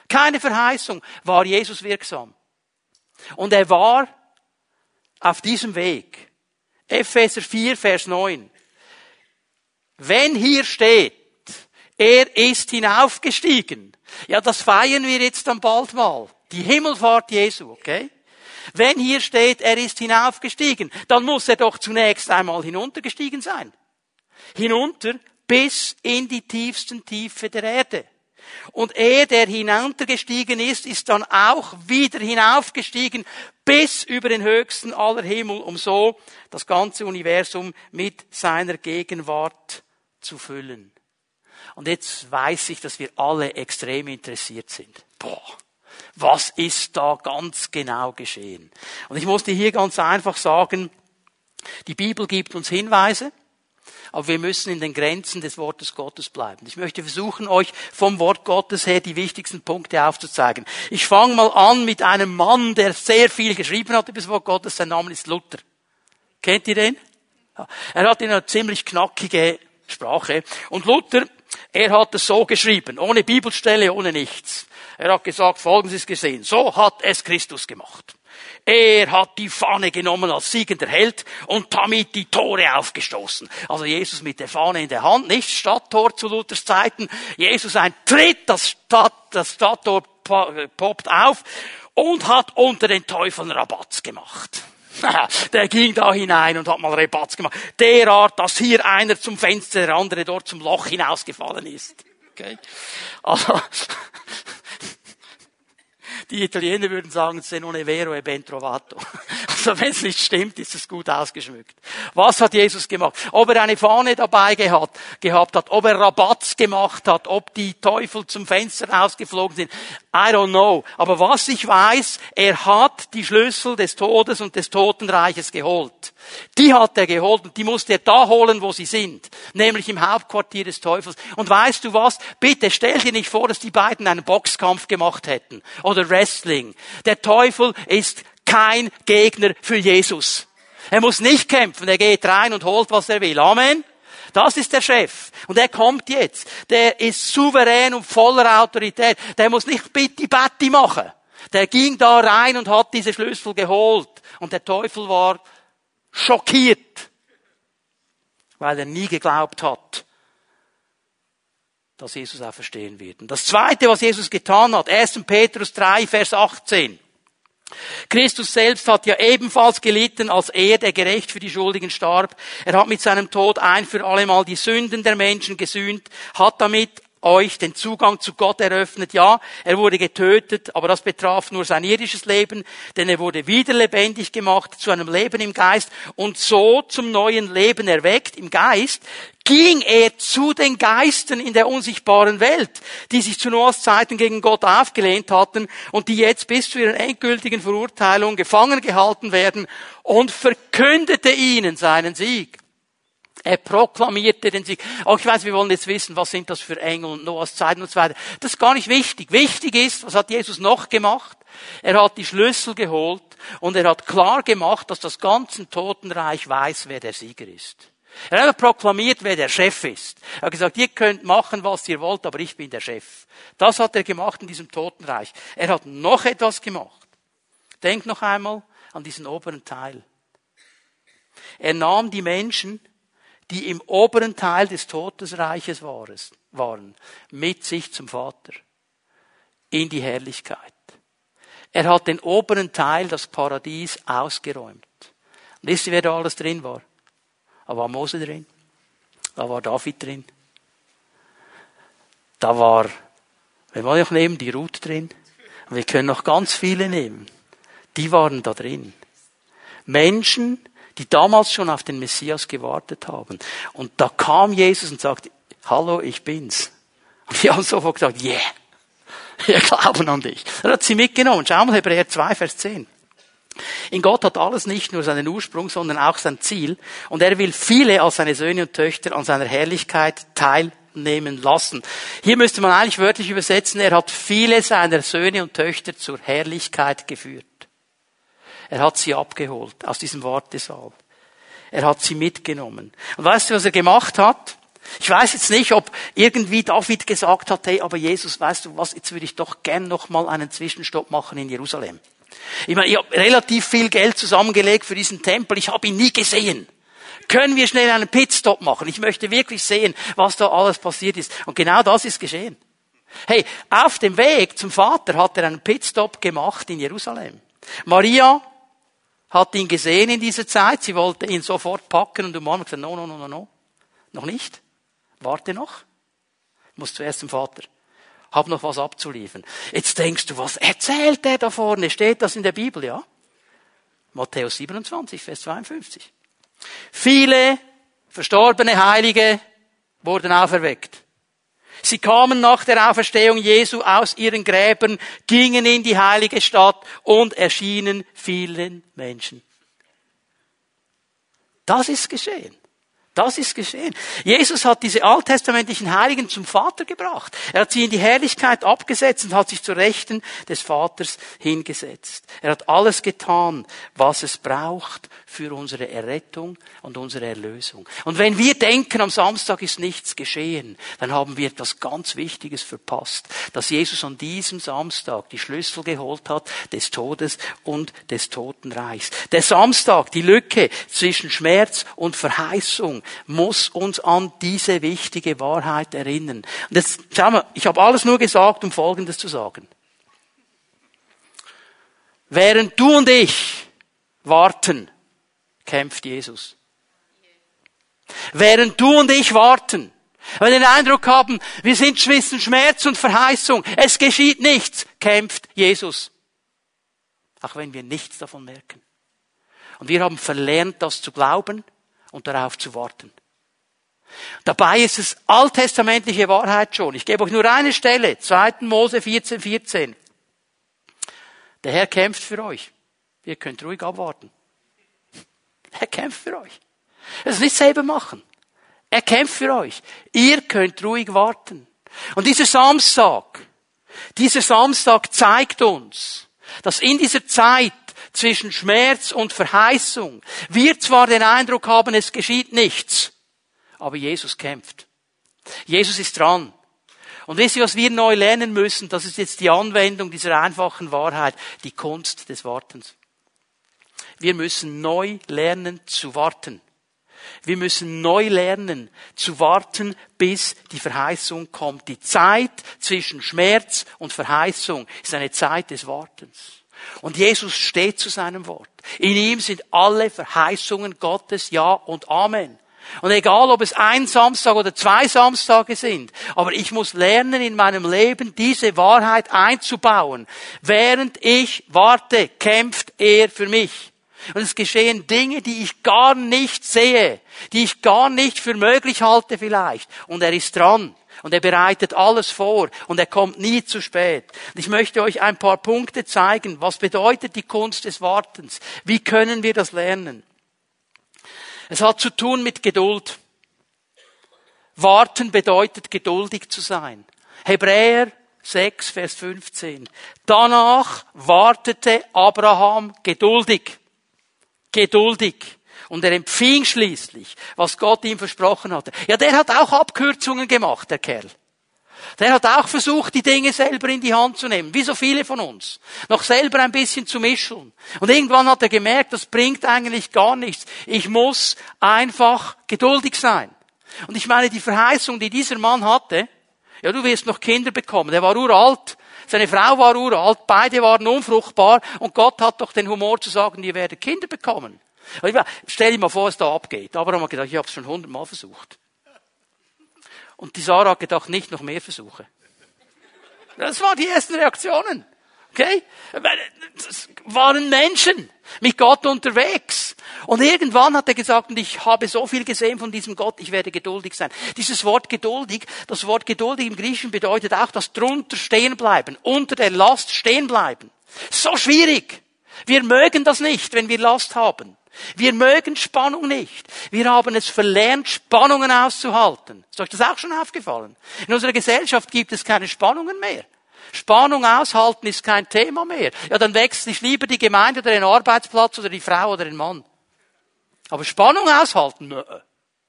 [SPEAKER 1] Keine Verheißung, war Jesus wirksam. Und er war auf diesem Weg. Epheser 4, Vers 9. Wenn hier steht, er ist hinaufgestiegen. Ja, das feiern wir jetzt dann bald mal. Die Himmelfahrt Jesu, okay? Wenn hier steht, er ist hinaufgestiegen, dann muss er doch zunächst einmal hinuntergestiegen sein. Hinunter bis in die tiefsten Tiefe der Erde. Und er, der hinuntergestiegen ist, ist dann auch wieder hinaufgestiegen bis über den höchsten aller Himmel, um so das ganze Universum mit seiner Gegenwart zu füllen. Und jetzt weiß ich, dass wir alle extrem interessiert sind. Was ist da ganz genau geschehen? Und ich muss dir hier ganz einfach sagen, die Bibel gibt uns Hinweise, aber wir müssen in den Grenzen des Wortes Gottes bleiben. Ich möchte versuchen, euch vom Wort Gottes her die wichtigsten Punkte aufzuzeigen. Ich fange mal an mit einem Mann, der sehr viel geschrieben hat über das Wort Gottes. Sein Name ist Luther. Kennt ihr den? Ja. Er hat eine ziemlich knackige Sprache. Und Luther, er hat es so geschrieben, ohne Bibelstelle, ohne nichts. Er hat gesagt, Folgendes ist gesehen. So hat es Christus gemacht. Er hat die Fahne genommen als siegender Held und damit die Tore aufgestoßen. Also Jesus mit der Fahne in der Hand, nicht Stadttor zu Luthers Zeiten. Jesus ein Tritt, das Stadttor poppt auf und hat unter den Teufeln Rabatz gemacht. Der ging da hinein und hat mal Rabatz gemacht. Derart, dass hier einer zum Fenster, der andere dort zum Loch hinausgefallen ist. Okay? Also, die Italiener würden sagen, se non è vero, è ben trovato. Also wenn es nicht stimmt, ist es gut ausgeschmückt. Was hat Jesus gemacht? Ob er eine Fahne dabei gehabt hat, ob er Rabatz gemacht hat, ob die Teufel zum Fenster rausgeflogen sind, I don't know. Aber was ich weiß, er hat die Schlüssel des Todes und des Totenreiches geholt. Die hat er geholt und die musste er da holen, wo sie sind. Nämlich im Hauptquartier des Teufels. Und weißt du was? Bitte stell dir nicht vor, dass die beiden einen Boxkampf gemacht hätten. Oder Wrestling. Der Teufel ist kein Gegner für Jesus. Er muss nicht kämpfen. Er geht rein und holt, was er will. Amen. Das ist der Chef. Und er kommt jetzt. Der ist souverän und voller Autorität. Der muss nicht Bitti-Batti machen. Der ging da rein und hat diese Schlüssel geholt. Und der Teufel war schockiert, weil er nie geglaubt hat, dass Jesus auferstehen wird. Und das Zweite, was Jesus getan hat, 1. Petrus 3, Vers 18. Christus selbst hat ja ebenfalls gelitten, als er, der gerecht für die Schuldigen starb. Er hat mit seinem Tod ein für allemal die Sünden der Menschen gesühnt, hat damit euch den Zugang zu Gott eröffnet. Ja, er wurde getötet, aber das betraf nur sein irdisches Leben, denn er wurde wieder lebendig gemacht zu einem Leben im Geist und so zum neuen Leben erweckt im Geist, ging er zu den Geistern in der unsichtbaren Welt, die sich zu Noahs Zeiten gegen Gott aufgelehnt hatten und die jetzt bis zu ihrer endgültigen Verurteilung gefangen gehalten werden, und verkündete ihnen seinen Sieg. Er proklamierte den Sieg. Auch ich weiß, wir wollen jetzt wissen, was sind das für Engel und Noahs Zeiten und so weiter. Das ist gar nicht wichtig. Wichtig ist, was hat Jesus noch gemacht? Er hat die Schlüssel geholt und er hat klar gemacht, dass das ganze Totenreich weiß, wer der Sieger ist. Er hat proklamiert, wer der Chef ist. Er hat gesagt, ihr könnt machen, was ihr wollt, aber ich bin der Chef. Das hat er gemacht in diesem Totenreich. Er hat noch etwas gemacht. Denkt noch einmal an diesen oberen Teil. Er nahm die Menschen, die im oberen Teil des Todesreiches waren, mit sich zum Vater. In die Herrlichkeit. Er hat den oberen Teil, das Paradies, ausgeräumt. Und wisst ihr, wer da alles drin war? Da war Mose drin. Da war David drin. Da war, wenn wir noch nehmen, die Ruth drin. Und wir können noch ganz viele nehmen. Die waren da drin. Menschen, die damals schon auf den Messias gewartet haben. Und da kam Jesus und sagte, hallo, ich bin's. Und die haben sofort gesagt, yeah, wir glauben an dich. Er hat sie mitgenommen. Schau mal, Hebräer 2, Vers 10. In Gott hat alles nicht nur seinen Ursprung, sondern auch sein Ziel. Und er will viele als seine Söhne und Töchter an seiner Herrlichkeit teilnehmen lassen. Hier müsste man eigentlich wörtlich übersetzen, er hat viele seiner Söhne und Töchter zur Herrlichkeit geführt. Er hat sie abgeholt aus diesem Wartesaal. Er hat sie mitgenommen. Und weißt du, was er gemacht hat? Ich weiß jetzt nicht, ob irgendwie David gesagt hat, hey, aber Jesus, weißt du was, jetzt würde ich doch gern noch mal einen Zwischenstopp machen in Jerusalem. Ich meine, ich habe relativ viel Geld zusammengelegt für diesen Tempel, ich habe ihn nie gesehen. Können wir schnell einen Pitstop machen? Ich möchte wirklich sehen, was da alles passiert ist. Und genau das ist geschehen. Hey, auf dem Weg zum Vater hat er einen Pitstop gemacht in Jerusalem. Maria hat ihn gesehen in dieser Zeit, sie wollte ihn sofort packen und umarmen und gesagt, no, noch nicht. Warte noch. Ich muss zuerst zum Vater. Hab noch was abzuliefern. Jetzt denkst du, was erzählt er da vorne? Steht das in der Bibel, ja? Matthäus 27, Vers 52. Viele verstorbene Heilige wurden auferweckt. Sie kamen nach der Auferstehung Jesu aus ihren Gräbern, gingen in die heilige Stadt und erschienen vielen Menschen. Das ist geschehen. Das ist geschehen. Jesus hat diese alttestamentlichen Heiligen zum Vater gebracht. Er hat sie in die Herrlichkeit abgesetzt und hat sich zur Rechten des Vaters hingesetzt. Er hat alles getan, was es braucht für unsere Errettung und unsere Erlösung. Und wenn wir denken, am Samstag ist nichts geschehen, dann haben wir etwas ganz Wichtiges verpasst, dass Jesus an diesem Samstag die Schlüssel geholt hat des Todes und des Totenreichs. Der Samstag, die Lücke zwischen Schmerz und Verheißung, muss uns an diese wichtige Wahrheit erinnern. Und jetzt, schau mal, ich habe alles nur gesagt, um Folgendes zu sagen. Während du und ich warten, kämpft Jesus. Während du und ich warten, weil wir den Eindruck haben, wir sind zwischen Schmerz und Verheißung, es geschieht nichts, kämpft Jesus. Auch wenn wir nichts davon merken. Und wir haben verlernt, das zu glauben und darauf zu warten. Dabei ist es alttestamentliche Wahrheit schon. Ich gebe euch nur eine Stelle, 2. Mose 14,14. Der Herr kämpft für euch. Ihr könnt ruhig abwarten. Er kämpft für euch. Es ist nicht selber machen. Er kämpft für euch. Ihr könnt ruhig warten. Und dieser Samstag zeigt uns, dass in dieser Zeit zwischen Schmerz und Verheißung wir zwar den Eindruck haben, es geschieht nichts, aber Jesus kämpft. Jesus ist dran. Und wisst ihr, was wir neu lernen müssen? Das ist jetzt die Anwendung dieser einfachen Wahrheit, die Kunst des Wartens. Wir müssen neu lernen zu warten. Wir müssen neu lernen zu warten, bis die Verheißung kommt. Die Zeit zwischen Schmerz und Verheißung ist eine Zeit des Wartens. Und Jesus steht zu seinem Wort. In ihm sind alle Verheißungen Gottes Ja und Amen. Und egal, ob es ein Samstag oder 2 Samstage sind, aber ich muss lernen, in meinem Leben diese Wahrheit einzubauen. Während ich warte, kämpft er für mich. Und es geschehen Dinge, die ich gar nicht sehe, die ich gar nicht für möglich halte vielleicht. Und er ist dran. Und er bereitet alles vor. Und er kommt nie zu spät. Und ich möchte euch ein paar Punkte zeigen. Was bedeutet die Kunst des Wartens? Wie können wir das lernen? Es hat zu tun mit Geduld. Warten bedeutet, geduldig zu sein. Hebräer 6, Vers 15. Danach wartete Abraham geduldig. Geduldig. Und er empfing schließlich, was Gott ihm versprochen hatte. Ja, der hat auch Abkürzungen gemacht, der Kerl. Der hat auch versucht, die Dinge selber in die Hand zu nehmen, wie so viele von uns. Noch selber ein bisschen zu mischen. Und irgendwann hat er gemerkt, das bringt eigentlich gar nichts. Ich muss einfach geduldig sein. Und ich meine, die Verheißung, die dieser Mann hatte, ja, du wirst noch Kinder bekommen. Der war uralt. Seine Frau war uralt. Beide waren unfruchtbar. Und Gott hat doch den Humor zu sagen, ihr werdet Kinder bekommen. Stell dir mal vor, was da abgeht. Abraham hat gedacht, ich habe es schon 100-mal versucht. Und die Sarah hat gedacht, nicht noch mehr Versuche. Das waren die ersten Reaktionen. Okay? Das waren Menschen mit Gott unterwegs. Und irgendwann hat er gesagt, und ich habe so viel gesehen von diesem Gott, ich werde geduldig sein. Dieses Wort geduldig, das Wort geduldig im Griechischen bedeutet auch das drunter stehen bleiben, unter der Last stehen bleiben. So schwierig. Wir mögen das nicht, wenn wir Last haben. Wir mögen Spannung nicht. Wir haben es verlernt, Spannungen auszuhalten. Ist euch das auch schon aufgefallen? In unserer Gesellschaft gibt es keine Spannungen mehr. Spannung aushalten ist kein Thema mehr. Ja, dann wechsle ich lieber die Gemeinde oder den Arbeitsplatz oder die Frau oder den Mann. Aber Spannung aushalten, nö.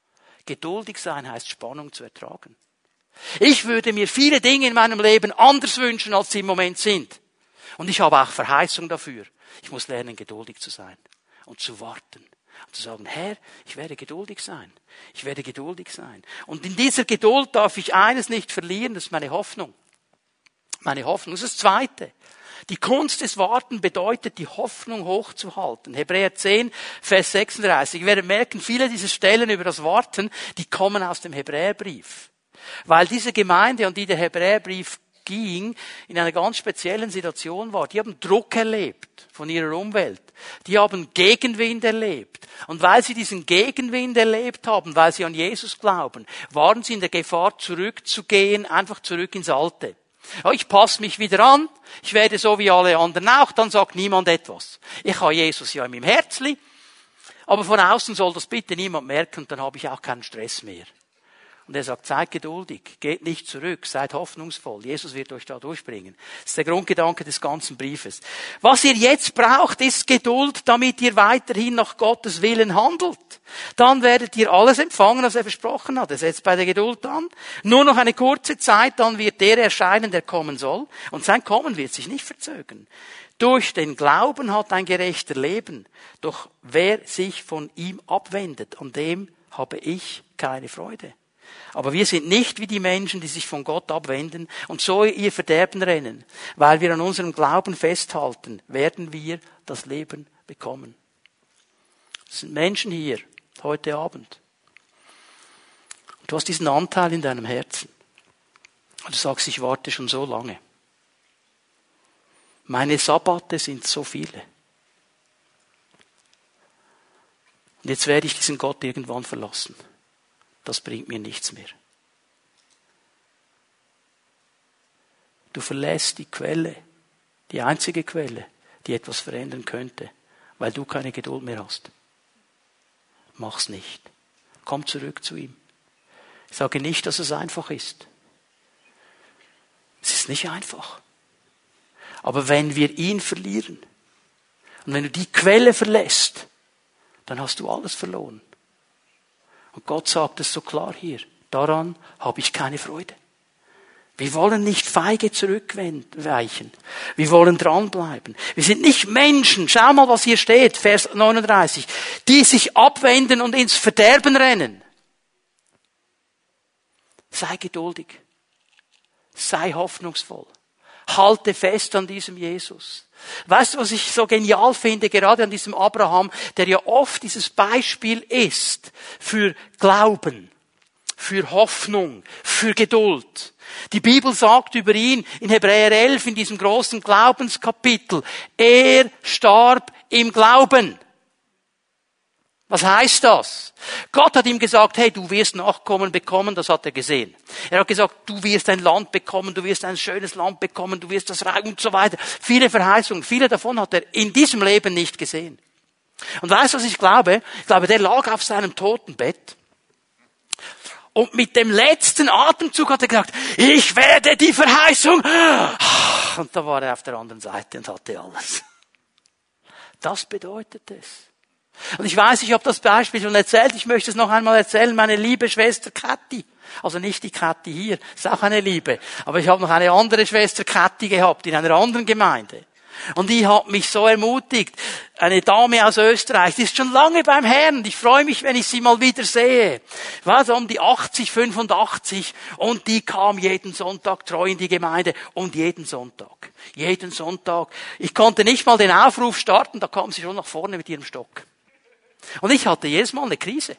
[SPEAKER 1] Geduldig sein heißt Spannung zu ertragen. Ich würde mir viele Dinge in meinem Leben anders wünschen, als sie im Moment sind. Und ich habe auch Verheißung dafür. Ich muss lernen, geduldig zu sein und zu warten. Und zu sagen, Herr, ich werde geduldig sein. Ich werde geduldig sein. Und in dieser Geduld darf ich eines nicht verlieren, das ist meine Hoffnung. Meine Hoffnung. Das ist das Zweite. Die Kunst des Warten bedeutet, die Hoffnung hochzuhalten. Hebräer 10, Vers 36. Wir werden merken, viele dieser Stellen über das Warten, die kommen aus dem Hebräerbrief. Weil diese Gemeinde, an die der Hebräerbrief ging, in einer ganz speziellen Situation war. Die haben Druck erlebt von ihrer Umwelt. Die haben Gegenwind erlebt. Und weil sie diesen Gegenwind erlebt haben, weil sie an Jesus glauben, waren sie in der Gefahr, zurückzugehen, einfach zurück ins Alte. Ja, ich passe mich wieder an, ich werde so wie alle anderen auch, dann sagt niemand etwas. Ich habe Jesus ja in meinem Herzli, aber von außen soll das bitte niemand merken und dann habe ich auch keinen Stress mehr. Und er sagt, seid geduldig, geht nicht zurück, seid hoffnungsvoll. Jesus wird euch da durchbringen. Das ist der Grundgedanke des ganzen Briefes. Was ihr jetzt braucht, ist Geduld, damit ihr weiterhin nach Gottes Willen handelt. Dann werdet ihr alles empfangen, was er versprochen hat. Er setzt bei der Geduld an. Nur noch eine kurze Zeit, dann wird der erscheinen, der kommen soll. Und sein Kommen wird sich nicht verzögern. Durch den Glauben hat ein Gerechter Leben. Doch wer sich von ihm abwendet, an dem habe ich keine Freude. Aber wir sind nicht wie die Menschen, die sich von Gott abwenden und so ihr Verderben rennen. Weil wir an unserem Glauben festhalten, werden wir das Leben bekommen. Es sind Menschen hier, heute Abend. Und du hast diesen Anteil in deinem Herzen. Und du sagst, ich warte schon so lange. Meine Sabbate sind so viele. Und jetzt werde ich diesen Gott irgendwann verlassen. Das bringt mir nichts mehr. Du verlässt die Quelle, die einzige Quelle, die etwas verändern könnte, weil du keine Geduld mehr hast. Mach's nicht. Komm zurück zu ihm. Ich sage nicht, dass es einfach ist. Es ist nicht einfach. Aber wenn wir ihn verlieren und wenn du die Quelle verlässt, dann hast du alles verloren. Und Gott sagt es so klar hier. Daran habe ich keine Freude. Wir wollen nicht feige zurückweichen. Wir wollen dranbleiben. Wir sind nicht Menschen. Schau mal, was hier steht, Vers 39. Die sich abwenden und ins Verderben rennen. Sei geduldig. Sei hoffnungsvoll. Halte fest an diesem Jesus. Weißt du, was ich so genial finde, gerade an diesem Abraham, der ja oft dieses Beispiel ist für Glauben, für Hoffnung, für Geduld. Die Bibel sagt über ihn in Hebräer 11, in diesem großen Glaubenskapitel, er starb im Glauben. Was heißt das? Gott hat ihm gesagt, hey, du wirst Nachkommen bekommen, das hat er gesehen. Er hat gesagt, du wirst ein Land bekommen, du wirst ein schönes Land bekommen, du wirst das Reich und so weiter. Viele Verheißungen, viele davon hat er in diesem Leben nicht gesehen. Und weißt du, was ich glaube? Ich glaube, der lag auf seinem Totenbett und mit dem letzten Atemzug hat er gesagt, ich werde die Verheißung. Und da war er auf der anderen Seite und hatte alles. Das bedeutet es. Und ich weiß, ich habe das Beispiel schon erzählt, ich möchte es noch einmal erzählen, meine liebe Schwester Kathi, also nicht die Kathi hier, ist auch eine Liebe, aber ich habe noch eine andere Schwester Kathi gehabt, in einer anderen Gemeinde. Und die hat mich so ermutigt, eine Dame aus Österreich, die ist schon lange beim Herrn, ich freue mich, wenn ich sie mal wieder sehe. War so um die 80, 85 und die kam jeden Sonntag treu in die Gemeinde und jeden Sonntag. Ich konnte nicht mal den Aufruf starten, da kam sie schon nach vorne mit ihrem Stock. Und ich hatte jedes Mal eine Krise.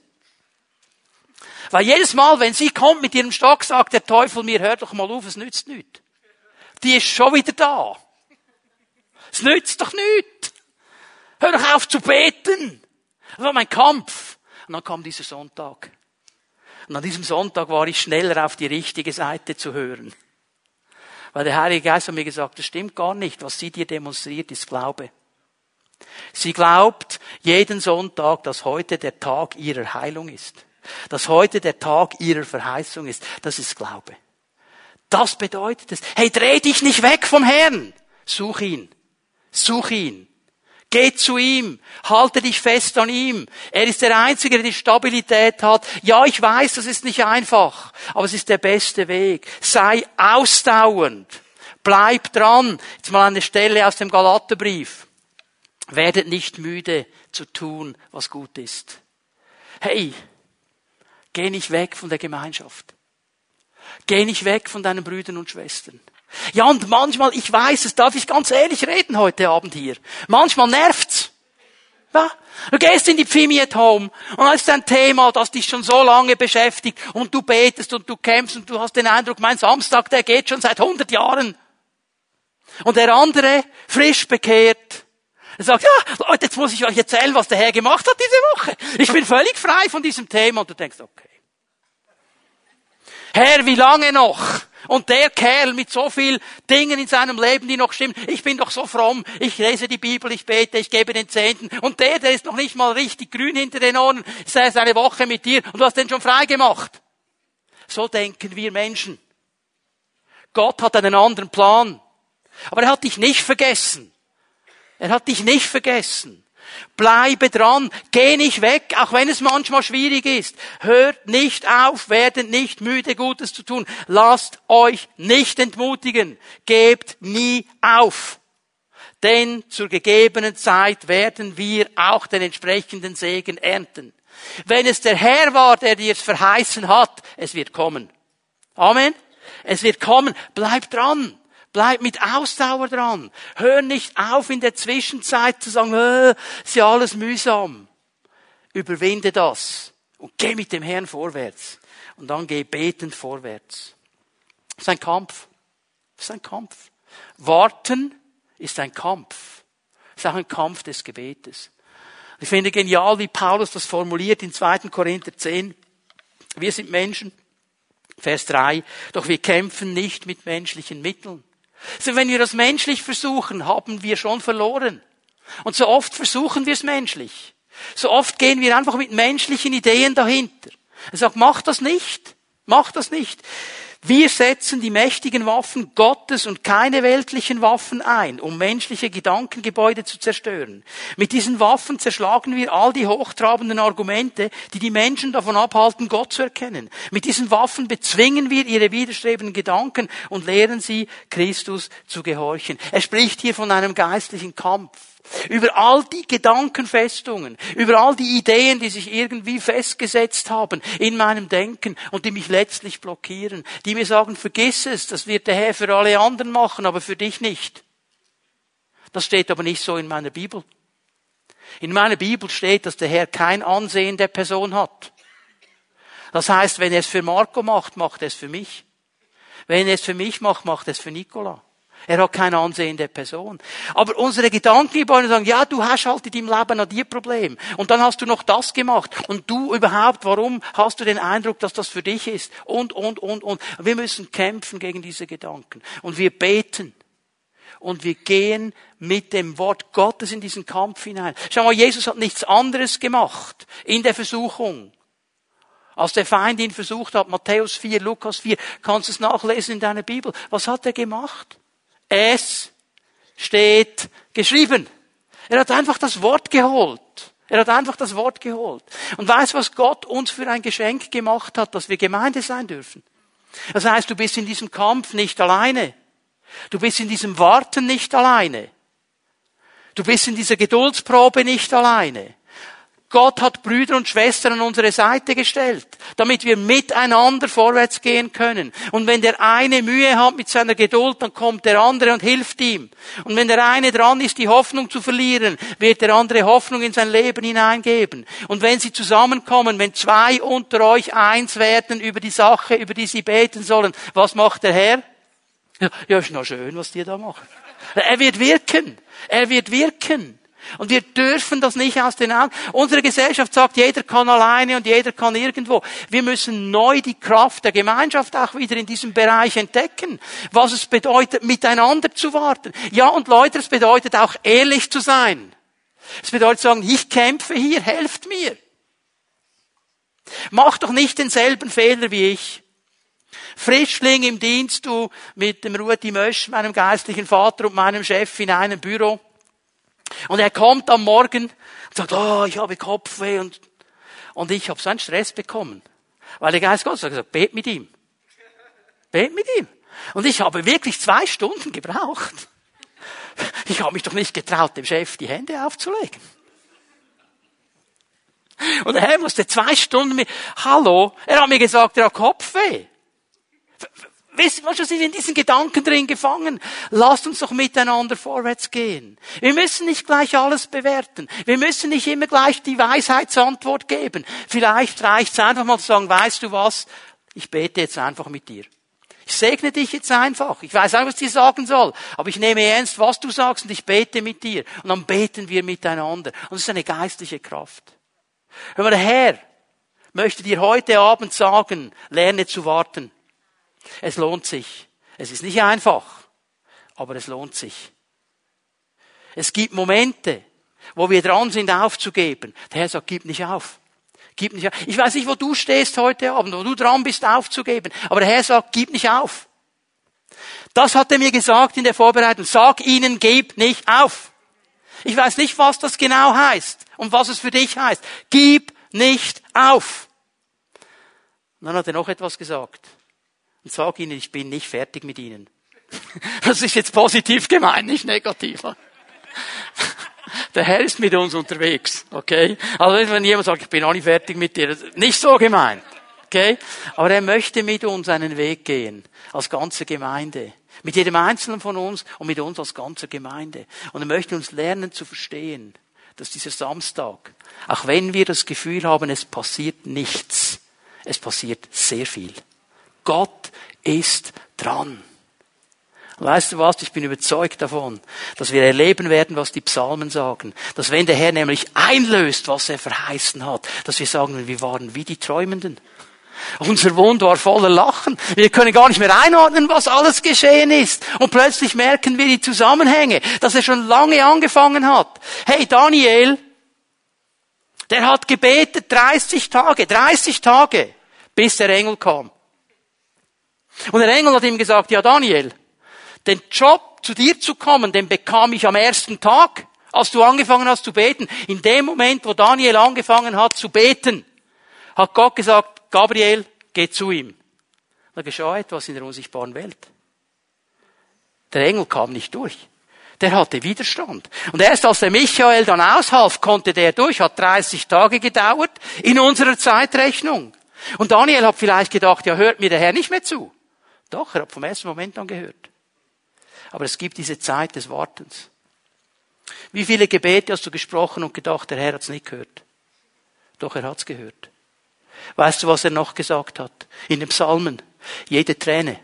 [SPEAKER 1] Weil jedes Mal, wenn sie kommt mit ihrem Stock, sagt der Teufel mir, hör doch mal auf, es nützt nichts. Die ist schon wieder da. Es nützt doch nichts. Hör doch auf zu beten. Das war mein Kampf. Und dann kam dieser Sonntag. Und an diesem Sonntag war ich schneller auf die richtige Seite zu hören. Weil der Heilige Geist hat mir gesagt, das stimmt gar nicht. Was sie dir demonstriert, ist Glaube. Sie glaubt jeden Sonntag, dass heute der Tag ihrer Heilung ist. Dass heute der Tag ihrer Verheißung ist. Das ist Glaube. Das bedeutet es. Hey, dreh dich nicht weg vom Herrn. Such ihn. Such ihn. Geh zu ihm. Halte dich fest an ihm. Er ist der Einzige, der die Stabilität hat. Ja, ich weiß, das ist nicht einfach, aber es ist der beste Weg. Sei ausdauernd. Bleib dran. Jetzt mal eine Stelle aus dem Galaterbrief. Werdet nicht müde zu tun, was gut ist. Hey, geh nicht weg von der Gemeinschaft. Geh nicht weg von deinen Brüdern und Schwestern. Ja, und manchmal, ich weiß, das darf ich ganz ehrlich reden heute Abend hier. Manchmal nervt's. Ja? Du gehst in die Pfimi at Home und da ist ein Thema, das dich schon so lange beschäftigt und du betest und du kämpfst und du hast den Eindruck, mein Samstag, der geht schon seit 100 Jahren. Und der andere, frisch bekehrt, er sagt, ja, Leute, jetzt muss ich euch erzählen, was der Herr gemacht hat diese Woche. Ich bin völlig frei von diesem Thema. Und du denkst, okay. Herr, wie lange noch? Und der Kerl mit so viel Dingen in seinem Leben, die noch stimmen. Ich bin doch so fromm. Ich lese die Bibel, ich bete, ich gebe den Zehnten. Und der ist noch nicht mal richtig grün hinter den Ohren. Ist erst eine Woche mit dir und du hast den schon frei gemacht. So denken wir Menschen. Gott hat einen anderen Plan. Aber er hat dich nicht vergessen. Er hat dich nicht vergessen. Bleibe dran, geh nicht weg, auch wenn es manchmal schwierig ist. Hört nicht auf, werdet nicht müde, Gutes zu tun. Lasst euch nicht entmutigen. Gebt nie auf. Denn zur gegebenen Zeit werden wir auch den entsprechenden Segen ernten. Wenn es der Herr war, der dir es verheißen hat, es wird kommen. Amen. Es wird kommen. Bleib dran. Bleib mit Ausdauer dran. Hör nicht auf, in der Zwischenzeit zu sagen, ist ja alles mühsam. Überwinde das und geh mit dem Herrn vorwärts. Und dann geh betend vorwärts. Das ist ein Kampf. Das ist ein Kampf. Warten ist ein Kampf. Das ist auch ein Kampf des Gebetes. Ich finde genial, wie Paulus das formuliert in 2. Korinther 10. Wir sind Menschen. Vers 3. Doch wir kämpfen nicht mit menschlichen Mitteln. Also wenn wir das menschlich versuchen, haben wir schon verloren. Und so oft versuchen wir es menschlich. So oft gehen wir einfach mit menschlichen Ideen dahinter. Er sagt, mach das nicht. Mach das nicht. Wir setzen die mächtigen Waffen Gottes und keine weltlichen Waffen ein, um menschliche Gedankengebäude zu zerstören. Mit diesen Waffen zerschlagen wir all die hochtrabenden Argumente, die die Menschen davon abhalten, Gott zu erkennen. Mit diesen Waffen bezwingen wir ihre widerstrebenden Gedanken und lehren sie, Christus zu gehorchen. Er spricht hier von einem geistlichen Kampf. Über all die Gedankenfestungen, über all die Ideen, die sich irgendwie festgesetzt haben in meinem Denken und die mich letztlich blockieren, die mir sagen, vergiss es, das wird der Herr für alle anderen machen, aber für dich nicht. Das steht aber nicht so in meiner Bibel. In meiner Bibel steht, dass der Herr kein Ansehen der Person hat. Das heißt, wenn er es für Marco macht, macht er es für mich. Wenn er es für mich macht, macht er es für Nicola. Er hat kein Ansehen der Person. Aber unsere Gedankengebäude sagen, ja, du hast halt in deinem Leben noch die Problem. Und dann hast du noch das gemacht. Und du überhaupt, warum hast du den Eindruck, dass das für dich ist? Und. Wir müssen kämpfen gegen diese Gedanken. Und wir beten. Und wir gehen mit dem Wort Gottes in diesen Kampf hinein. Schau mal, Jesus hat nichts anderes gemacht in der Versuchung. Als der Feind ihn versucht hat, Matthäus 4, Lukas 4, kannst du es nachlesen in deiner Bibel. Was hat er gemacht? Es steht geschrieben. Er hat einfach das Wort geholt. Er hat einfach das Wort geholt. Und weißt du, was Gott uns für ein Geschenk gemacht hat, dass wir Gemeinde sein dürfen? Das heißt, du bist in diesem Kampf nicht alleine. Du bist in diesem Warten nicht alleine. Du bist in dieser Geduldsprobe nicht alleine. Gott hat Brüder und Schwestern an unsere Seite gestellt, damit wir miteinander vorwärts gehen können. Und wenn der eine Mühe hat mit seiner Geduld, dann kommt der andere und hilft ihm. Und wenn der eine dran ist, die Hoffnung zu verlieren, wird der andere Hoffnung in sein Leben hineingeben. Und wenn sie zusammenkommen, wenn zwei unter euch eins werden über die Sache, über die sie beten sollen, was macht der Herr? Ja, ist noch schön, was die da machen. Er wird wirken. Er wird wirken. Und wir dürfen das nicht aus den Augen. Unsere Gesellschaft sagt, jeder kann alleine und jeder kann irgendwo. Wir müssen neu die Kraft der Gemeinschaft auch wieder in diesem Bereich entdecken. Was es bedeutet, miteinander zu warten. Ja, und Leute, es bedeutet auch ehrlich zu sein. Es bedeutet zu sagen, ich kämpfe hier, helft mir. Mach doch nicht denselben Fehler wie ich. Frischling im Dienst, du mit dem Rudi Mösch, meinem geistlichen Vater und meinem Chef in einem Büro. Und er kommt am Morgen und sagt, oh, ich habe Kopfweh und ich habe so einen Stress bekommen. Weil der Geist Gottes hat gesagt, bet mit ihm. Bet mit ihm. Und ich habe wirklich 2 Stunden gebraucht. Ich habe mich doch nicht getraut, dem Chef die Hände aufzulegen. Und der Herr musste 2 Stunden mit, hallo, er hat mir gesagt, er hat Kopfweh. Wisst ihr, was sind in diesen Gedanken drin gefangen? Lasst uns doch miteinander vorwärts gehen. Wir müssen nicht gleich alles bewerten. Wir müssen nicht immer gleich die Weisheitsantwort geben. Vielleicht reicht es einfach mal zu sagen, weißt du was? Ich bete jetzt einfach mit dir. Ich segne dich jetzt einfach. Ich weiß nicht, was ich dir sagen soll. Aber ich nehme ernst, was du sagst und ich bete mit dir. Und dann beten wir miteinander. Und das ist eine geistliche Kraft. Hör mal, der Herr möchte dir heute Abend sagen, lerne zu warten. Es lohnt sich. Es ist nicht einfach, aber es lohnt sich. Es gibt Momente, wo wir dran sind, aufzugeben. Der Herr sagt, gib nicht auf. Gib nicht auf. Ich weiß nicht, wo du stehst heute Abend, wo du dran bist, aufzugeben. Aber der Herr sagt, gib nicht auf. Das hat er mir gesagt in der Vorbereitung. Sag ihnen, gib nicht auf. Ich weiß nicht, was das genau heißt und was es für dich heißt. Gib nicht auf. Und dann hat er noch etwas gesagt. Und sag ihnen, ich bin nicht fertig mit ihnen. Das ist jetzt positiv gemeint, nicht negativ. Der Herr ist mit uns unterwegs, okay? Also wenn jemand sagt, ich bin auch nicht fertig mit dir, das ist nicht so gemeint, okay? Aber er möchte mit uns einen Weg gehen, als ganze Gemeinde. Mit jedem Einzelnen von uns und mit uns als ganze Gemeinde. Und er möchte uns lernen zu verstehen, dass dieser Samstag, auch wenn wir das Gefühl haben, es passiert nichts, es passiert sehr viel. Gott ist dran. Und weißt du was? Ich bin überzeugt davon, dass wir erleben werden, was die Psalmen sagen. Dass wenn der Herr nämlich einlöst, was er verheißen hat, dass wir sagen, wir waren wie die Träumenden. Unser Mund war voller Lachen. Wir können gar nicht mehr einordnen, was alles geschehen ist. Und plötzlich merken wir die Zusammenhänge, dass er schon lange angefangen hat. Hey, Daniel, der hat gebetet 30 Tage, bis der Engel kam. Und der Engel hat ihm gesagt, ja Daniel, den Job zu dir zu kommen, den bekam ich am ersten Tag, als du angefangen hast zu beten. In dem Moment, wo Daniel angefangen hat zu beten, hat Gott gesagt, Gabriel, geh zu ihm. Da geschah etwas in der unsichtbaren Welt. Der Engel kam nicht durch. Der hatte Widerstand. Und erst als der Michael dann aushalf, konnte der durch. Hat 30 Tage gedauert in unserer Zeitrechnung. Und Daniel hat vielleicht gedacht, ja, hört mir der Herr nicht mehr zu. Doch, er hat vom ersten Moment an gehört. Aber es gibt diese Zeit des Wartens. Wie viele Gebete hast du gesprochen und gedacht, der Herr hat's nicht gehört? Doch, er hat's gehört. Weißt du, was er noch gesagt hat? In den Psalmen. Jede Träne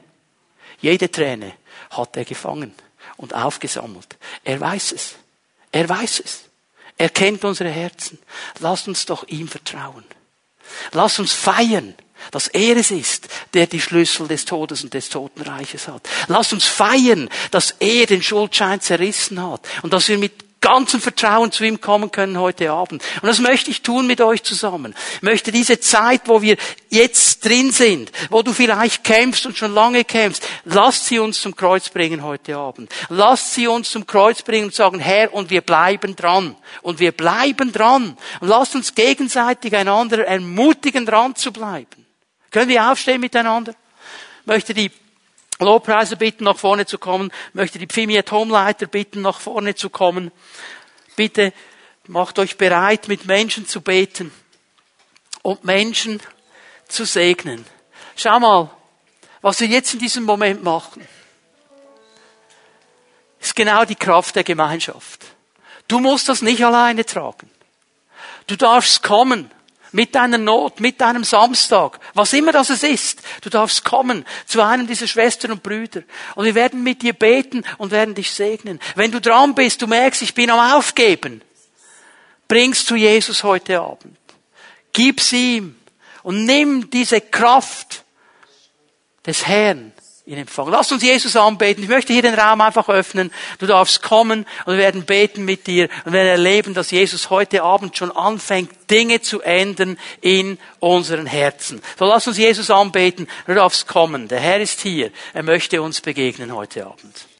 [SPEAKER 1] hat er gefangen und aufgesammelt. Er weiß es. Er weiß es. Er kennt unsere Herzen. Lasst uns doch ihm vertrauen. Lasst uns feiern, dass er es ist, der die Schlüssel des Todes und des Totenreiches hat. Lasst uns feiern, dass er den Schuldschein zerrissen hat und dass wir mit ganzem Vertrauen zu ihm kommen können heute Abend. Und das möchte ich tun mit euch zusammen. Ich möchte diese Zeit, wo wir jetzt drin sind, wo du vielleicht kämpfst und schon lange kämpfst, lasst sie uns zum Kreuz bringen heute Abend. Lasst sie uns zum Kreuz bringen und sagen, Herr, und wir bleiben dran. Und wir bleiben dran. Und lasst uns gegenseitig einander ermutigen, dran zu bleiben. Können wir aufstehen miteinander? Ich möchte die Lobpreiser bitten, nach vorne zu kommen. Ich möchte die Pfimi-at-Home-Leiter bitten, nach vorne zu kommen. Bitte macht euch bereit, mit Menschen zu beten und Menschen zu segnen. Schau mal, was wir jetzt in diesem Moment machen, ist genau die Kraft der Gemeinschaft. Du musst das nicht alleine tragen. Du darfst kommen. Mit deiner Not, mit deinem Samstag, was immer das es ist. Du darfst kommen zu einem dieser Schwestern und Brüder. Und wir werden mit dir beten und werden dich segnen. Wenn du dran bist, du merkst, ich bin am Aufgeben, bring's zu Jesus heute Abend. Gib's ihm und nimm diese Kraft des Herrn in Empfang. Lass uns Jesus anbeten. Ich möchte hier den Raum einfach öffnen. Du darfst kommen und wir werden beten mit dir und werden erleben, dass Jesus heute Abend schon anfängt, Dinge zu ändern in unseren Herzen. So lass uns Jesus anbeten. Du darfst kommen. Der Herr ist hier. Er möchte uns begegnen heute Abend.